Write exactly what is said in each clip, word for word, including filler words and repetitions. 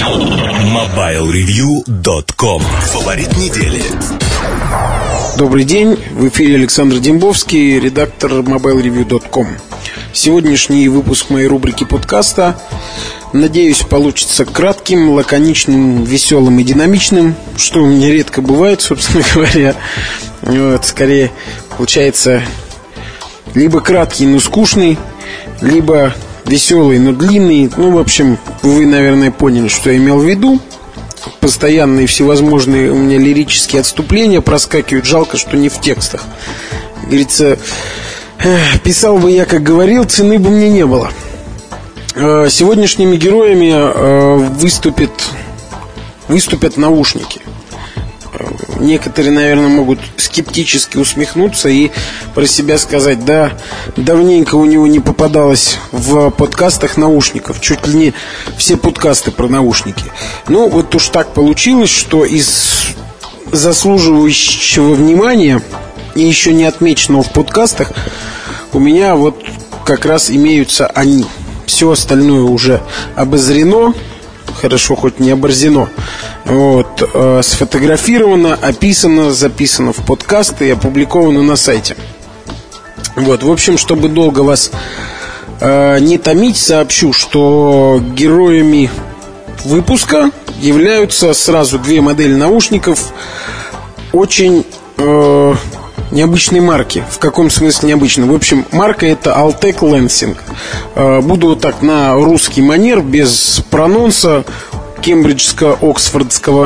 мобайл ревью точка ком. Фаворит недели. Добрый день, в эфире Александр Дембовский, редактор мобайл ревью точка ком. Сегодняшний выпуск моей рубрики подкаста, надеюсь, получится кратким, лаконичным, веселым и динамичным, что у меня редко бывает, собственно говоря. Вот, скорее получается либо краткий, но скучный, либо веселый, но длинный. Ну, в общем, вы, наверное, поняли, что я имел в виду. Постоянные всевозможные у меня лирические отступления проскакивают. Жалко, что не в текстах. Говорится, писал бы я, как говорил, цены бы мне не было. Сегодняшними героями выступят, выступят наушники. Некоторые, наверное, могут скептически усмехнуться и про себя сказать: да, давненько у него не попадалось в подкастах наушников. Чуть ли не все подкасты про наушники. Ну, вот уж так получилось, что из заслуживающего внимания и еще не отмеченного в подкастах у меня вот как раз имеются они. Все остальное уже обозрено. Хорошо, хоть не оборзено. Вот, э, сфотографировано, описано, записано в подкасты и опубликовано на сайте. Вот, в общем, чтобы долго вас э, не томить, сообщу, что героями выпуска являются сразу две модели наушников очень э, необычной марки. В каком смысле необычной? В общем, марка это Altec Lansing. э, Буду вот так на русский манер, без прононса кембриджско-оксфордского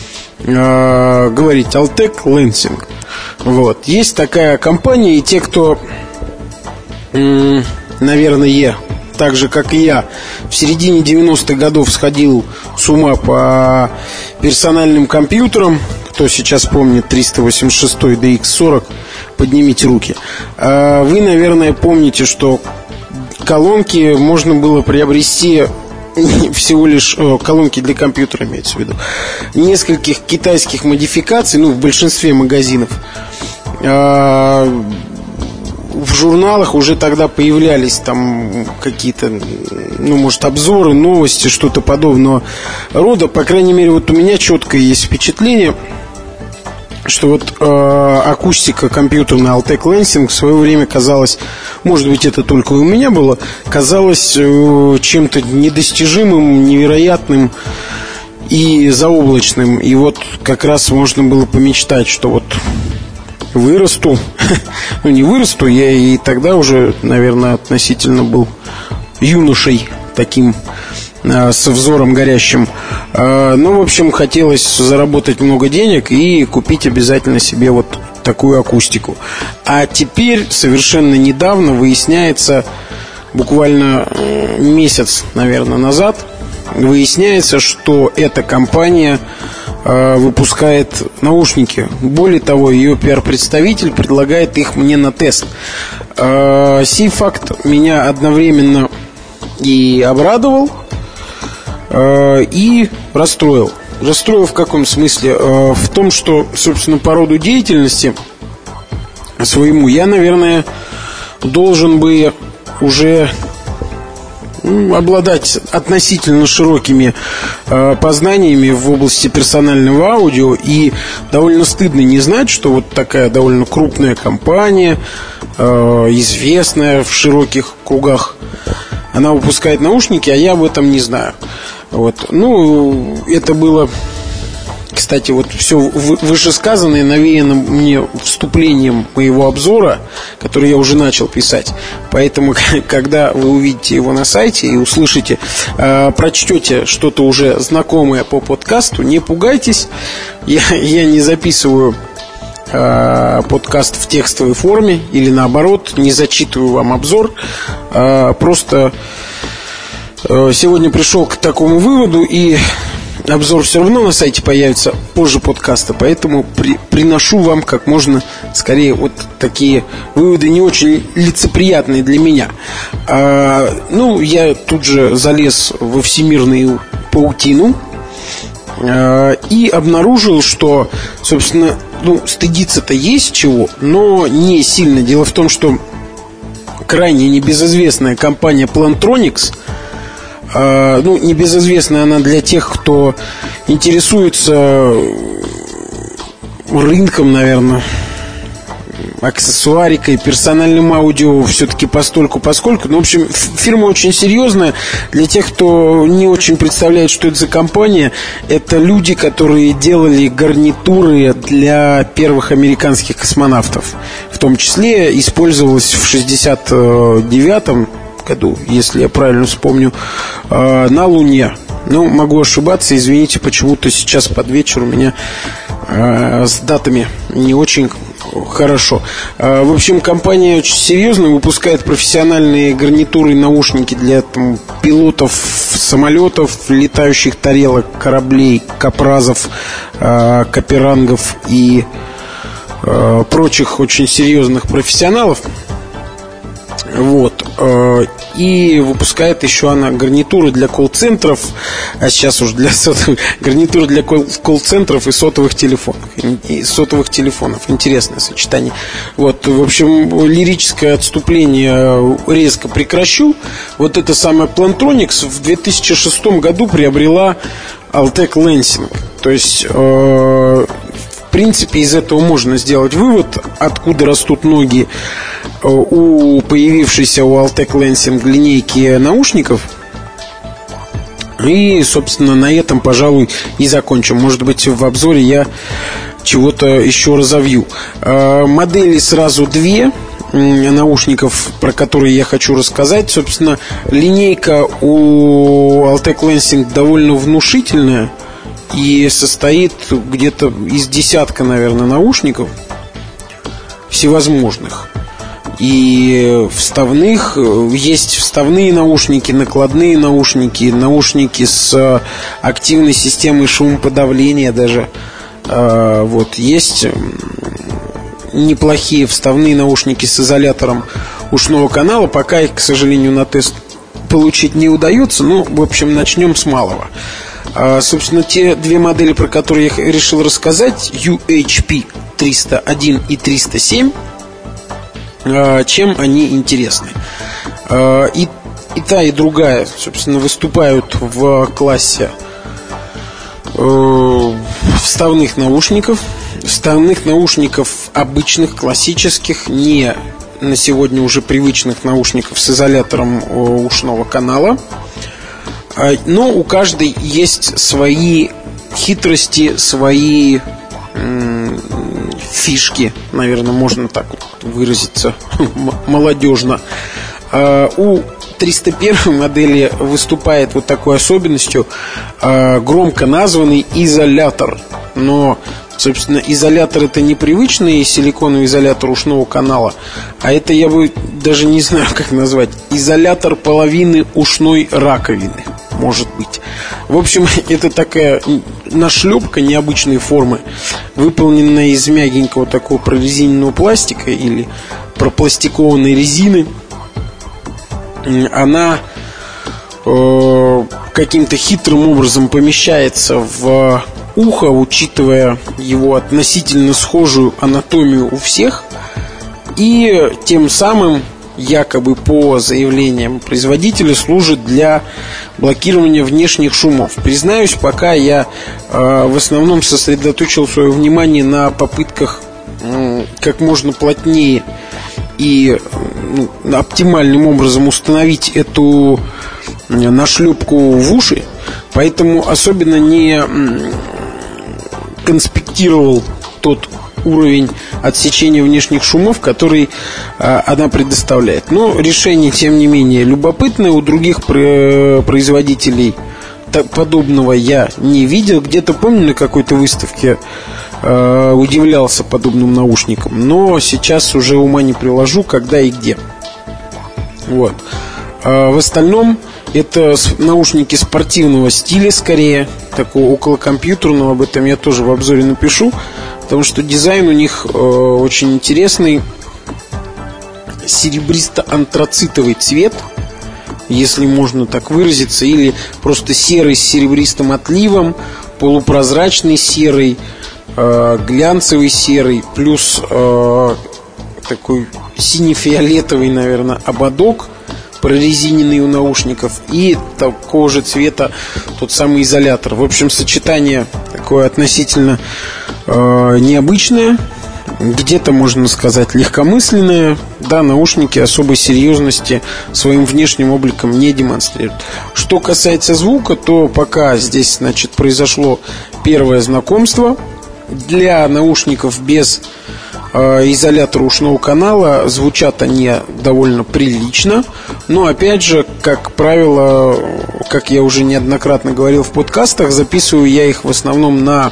э, говорить. Altec Lansing. Вот. Есть такая компания, и те, кто, м- наверное, так же, как и я, в середине девяностых годов сходил с ума по персональным компьютерам. Кто сейчас помнит триста восемьдесят шесть ди икс сорок, поднимите руки. э, Вы, наверное, помните, что колонки можно было приобрести всего лишь, о, колонки для компьютера имеется в виду, нескольких китайских модификаций, ну, в большинстве магазинов. а, В журналах уже тогда появлялись там какие-то, ну, может, обзоры, новости, что-то подобного рода. По крайней мере, вот у меня четкое есть впечатление, что вот э, акустика компьютерная Altec Lansing в свое время казалась, может быть, это только у меня было, казалась э, чем-то недостижимым, невероятным и заоблачным. И вот как раз можно было помечтать, что вот вырасту, ну не вырасту, я и тогда уже, наверное, относительно был юношей таким, со взором горящим. Ну, в общем, хотелось заработать много денег и купить обязательно себе вот такую акустику. А теперь, совершенно недавно, выясняется, буквально месяц, наверное, назад, выясняется, что эта компания выпускает наушники. Более того, ее пиар-представитель предлагает их мне на тест. Сей факт меня одновременно и обрадовал, и расстроил. Расстроил в каком смысле? В том, что, собственно, по роду деятельности своему я, наверное, должен бы уже обладать относительно широкими э, познаниями в области персонального аудио. И довольно стыдно не знать, что вот такая довольно крупная компания, э, известная в широких кругах, она выпускает наушники, а я об этом не знаю. Вот. Ну, это было, кстати, вот все вышесказанное навеяно мне вступлением моего обзора, который я уже начал писать. Поэтому, когда вы увидите его на сайте и услышите, э, прочтете что-то уже знакомое по подкасту, не пугайтесь. Я, я не записываю э, подкаст в текстовой форме или наоборот, не зачитываю вам обзор. э, Просто э, сегодня пришел к такому выводу, и обзор все равно на сайте появится позже подкаста. Поэтому при, приношу вам как можно скорее вот такие выводы, не очень лицеприятные для меня. а, Ну, я тут же залез во всемирную паутину а, и обнаружил, что, собственно, ну, стыдиться-то есть чего, но не сильно. Дело в том, что крайне небезызвестная компания Plantronics Ну, небезызвестная она для тех, кто интересуется рынком, наверное, аксессуарикой, персональным аудио все-таки постольку поскольку. Ну, в общем, фирма очень серьезная. Для тех, кто не очень представляет, что это за компания, это люди, которые делали гарнитуры для первых американских космонавтов. В том числе использовалась в шестьдесят девятом году, если я правильно вспомню, на Луне. Ну, могу ошибаться, извините, почему-то сейчас под вечер у меня с датами не очень хорошо. В общем, компания очень серьезная, выпускает профессиональные гарнитуры и наушники для там, пилотов самолетов, летающих тарелок, кораблей, капразов, каперангов и прочих очень серьезных профессионалов. Вот. И выпускает еще она гарнитуры для колл-центров, а сейчас уже для сотовых, гарнитуры для колл-центров и сотовых телефонов. И сотовых телефонов. Интересное сочетание. Вот, в общем, лирическое отступление резко прекращу. Вот эта самая Plantronics в две тысячи шестом году приобрела Altec Lansing. То есть, э, в принципе, из этого можно сделать вывод, откуда растут ноги у появившейся у Altec Lansing линейки наушников. И, собственно, на этом, пожалуй, и закончим. Может быть, в обзоре я чего-то еще разовью. Модели сразу две наушников, про которые я хочу рассказать. Собственно, линейка у Altec Lansing довольно внушительная и состоит где-то из десятка, наверное, наушников всевозможных. И вставных, есть вставные наушники, накладные наушники, наушники с активной системой шумоподавления даже. Вот, есть неплохие вставные наушники с изолятором ушного канала. Пока их, к сожалению, на тест получить не удается. Ну, в общем, начнем с малого. Собственно, те две модели, про которые я решил рассказать, ю эйч пи триста один и триста семь, чем они интересны. И, и та, и другая, собственно, выступают в классе э, вставных наушников. Вставных наушников обычных, классических, не на сегодня уже привычных наушников с изолятором ушного канала. Но у каждой есть свои хитрости, свои м- фишки, наверное, можно так вот выразиться молодежно. У триста первой модели выступает вот такой особенностью громко названный изолятор. Но, собственно, изолятор — это не привычный силиконовый изолятор ушного канала, а это, я бы даже не знаю, как назвать, изолятор половины ушной раковины, может быть. В общем, это такая нашлепка необычной формы, выполненная из мягенького такого прорезиненного пластика или пропластикованной резины. Она э, каким-то хитрым образом помещается в ухо, учитывая его относительно схожую анатомию у всех, и тем самым, якобы по заявлениям производителя, служит для блокирования внешних шумов. Признаюсь, пока я э, в основном сосредоточил свое внимание на попытках э, как можно плотнее и ну, оптимальным образом установить эту нашлепку в уши, поэтому особенно не конспектировал тот уровень отсечения внешних шумов, который а, она предоставляет. Но решение, тем не менее, любопытное. У других производителей так, подобного я не видел. Где-то, помню, на какой-то выставке а, удивлялся подобным наушникам. Но сейчас уже ума не приложу, когда и где. Вот. А, в остальном это наушники спортивного стиля, скорее, такого околокомпьютерного. Об этом я тоже в обзоре напишу, потому что дизайн у них э, очень интересный. Серебристо-антрацитовый цвет, если можно так выразиться, или просто серый с серебристым отливом, полупрозрачный серый, э, глянцевый серый, плюс э, такой сине-фиолетовый, наверное, ободок, прорезиненный у наушников, и такого же цвета тот самый изолятор. В общем, сочетание такое относительно э, необычное, где-то, можно сказать, легкомысленное. Да, наушники особой серьезности своим внешним обликом не демонстрируют. Что касается звука, то пока здесь, значит, произошло первое знакомство. Для наушников без э, изолятора ушного канала звучат они довольно прилично. Но, опять же, как правило, как я уже неоднократно говорил в подкастах, записываю я их в основном на...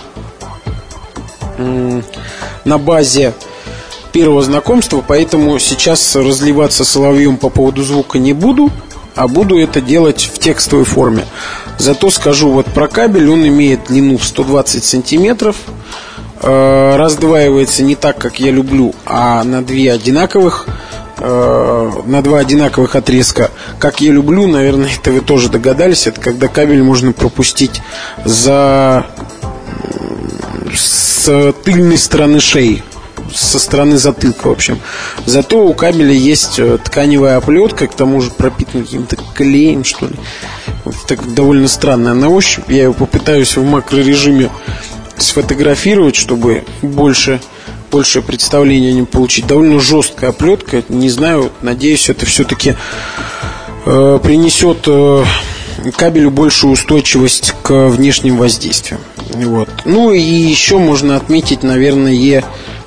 М- на базе первого знакомства, поэтому сейчас разливаться соловьем по поводу звука не буду, а буду это делать в текстовой форме. Зато скажу вот про кабель. Он имеет длину в сто двадцать сантиметров, э, раздваивается не так, как я люблю, а на две одинаковых э, на два одинаковых отрезка. Как я люблю, наверное, это вы тоже догадались, это когда кабель можно пропустить за с тыльной стороны шеи, со стороны затылка, в общем. Зато у кабеля есть тканевая оплетка, к тому же пропитана каким-то клеем, что ли. Вот так довольно странная на ощупь. Я ее попытаюсь в макрорежиме сфотографировать, чтобы больше, больше представления о нем получить. Довольно жесткая оплетка. Не знаю, надеюсь, это все-таки э, принесет э, кабелю большую устойчивость к внешним воздействиям. Вот. Ну и еще можно отметить, наверное,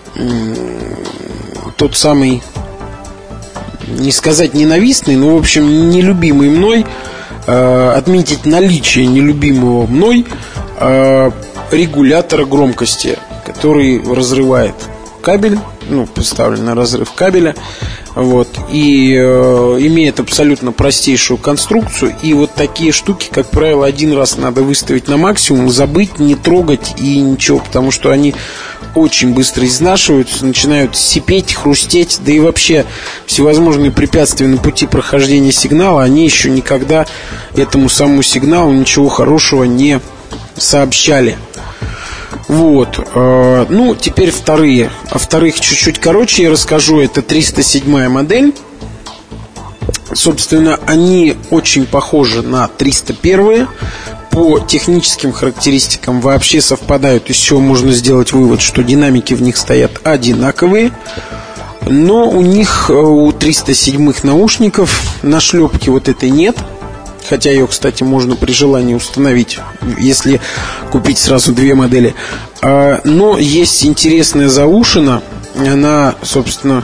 тот самый, не сказать ненавистный, но, в общем, нелюбимый мной, э, отметить наличие нелюбимого мной э, регулятора громкости, который разрывает кабель, ну, представлен на разрыв кабеля, вот, и э, имеет абсолютно простейшую конструкцию. И вот такие штуки, как правило, один раз надо выставить на максимум, забыть, не трогать и ничего, потому что они очень быстро изнашиваются, начинают сипеть, хрустеть, да и вообще всевозможные препятствия на пути прохождения сигнала, они еще никогда этому самому сигналу ничего хорошего не сообщали. Вот, э, ну, теперь вторые. О вторых чуть-чуть короче я расскажу. Это триста седьмая модель. Собственно, они очень похожи на триста первые. По техническим характеристикам вообще совпадают, из чего можно сделать вывод, что динамики в них стоят одинаковые. Но у них, у триста седьмых наушников, нашлепки вот этой нет. Хотя ее, кстати, можно при желании установить, если купить сразу две модели. Но есть интересная заушина. Она, собственно,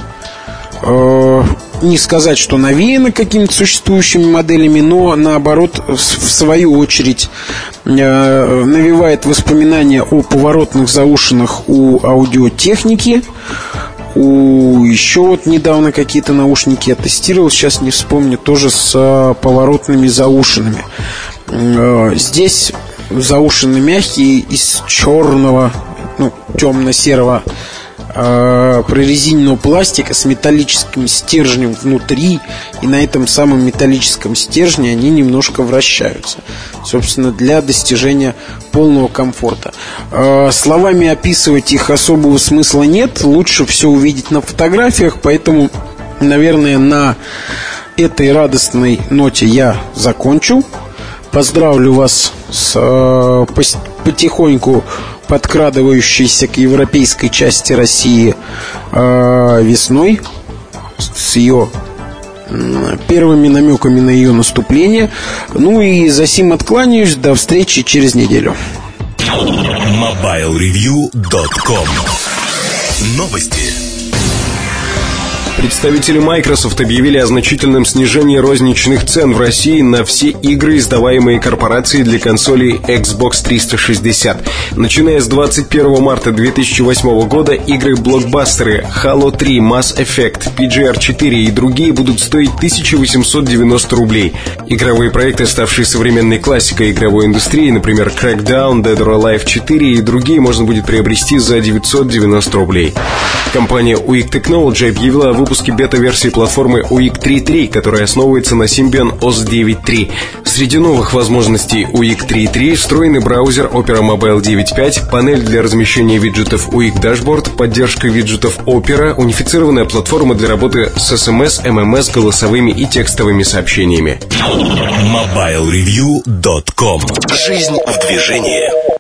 не сказать, что навеяна какими-то существующими моделями, но, наоборот, в свою очередь навевает воспоминания о поворотных заушинах у аудиотехники. У еще вот недавно какие-то наушники я тестировал, сейчас не вспомню, тоже с поворотными заушинами. Здесь заушины мягкие, из черного, ну, темно-серого э, прорезиненного пластика с металлическим стержнем внутри. И на этом самом металлическом стержне они немножко вращаются, собственно, для достижения полного комфорта. э, Словами описывать их особого смысла нет. Лучше все увидеть на фотографиях. Поэтому, наверное, на этой радостной ноте я закончу. Поздравлю вас с э, потихоньку подкрадывающейся к европейской части России э, весной, с ее э, первыми намеками на ее наступление. Ну и за сим откланяюсь. До встречи через неделю. мобайл ревью точка ком. Новости. Представители Microsoft объявили о значительном снижении розничных цен в России на все игры, издаваемые корпорацией для консолей Xbox триста шестьдесят. Начиная с двадцать первого марта две тысячи восьмого года игры-блокбастеры Halo три, Mass Effect, пи джи ар четыре и другие будут стоить тысяча восемьсот девяносто рублей. Игровые проекты, ставшие современной классикой игровой индустрии, например, Crackdown, Dead or Alive четыре и другие, можно будет приобрести за девятьсот девяносто рублей. Компания у ай кей Technology объявила о выпуске бета-версии платформы у ай кей три точка три, которая основывается на Symbian о эс девять точка три. Среди новых возможностей у ай ай си три точка три встроенный браузер Opera Mobile девять точка пять, панель для размещения виджетов у ай ай си Dashboard, поддержка виджетов Opera, унифицированная платформа для работы с эс эм эс, эм эм эс, голосовыми и текстовыми сообщениями. мобайл ревью точка ком. Жизнь в движении.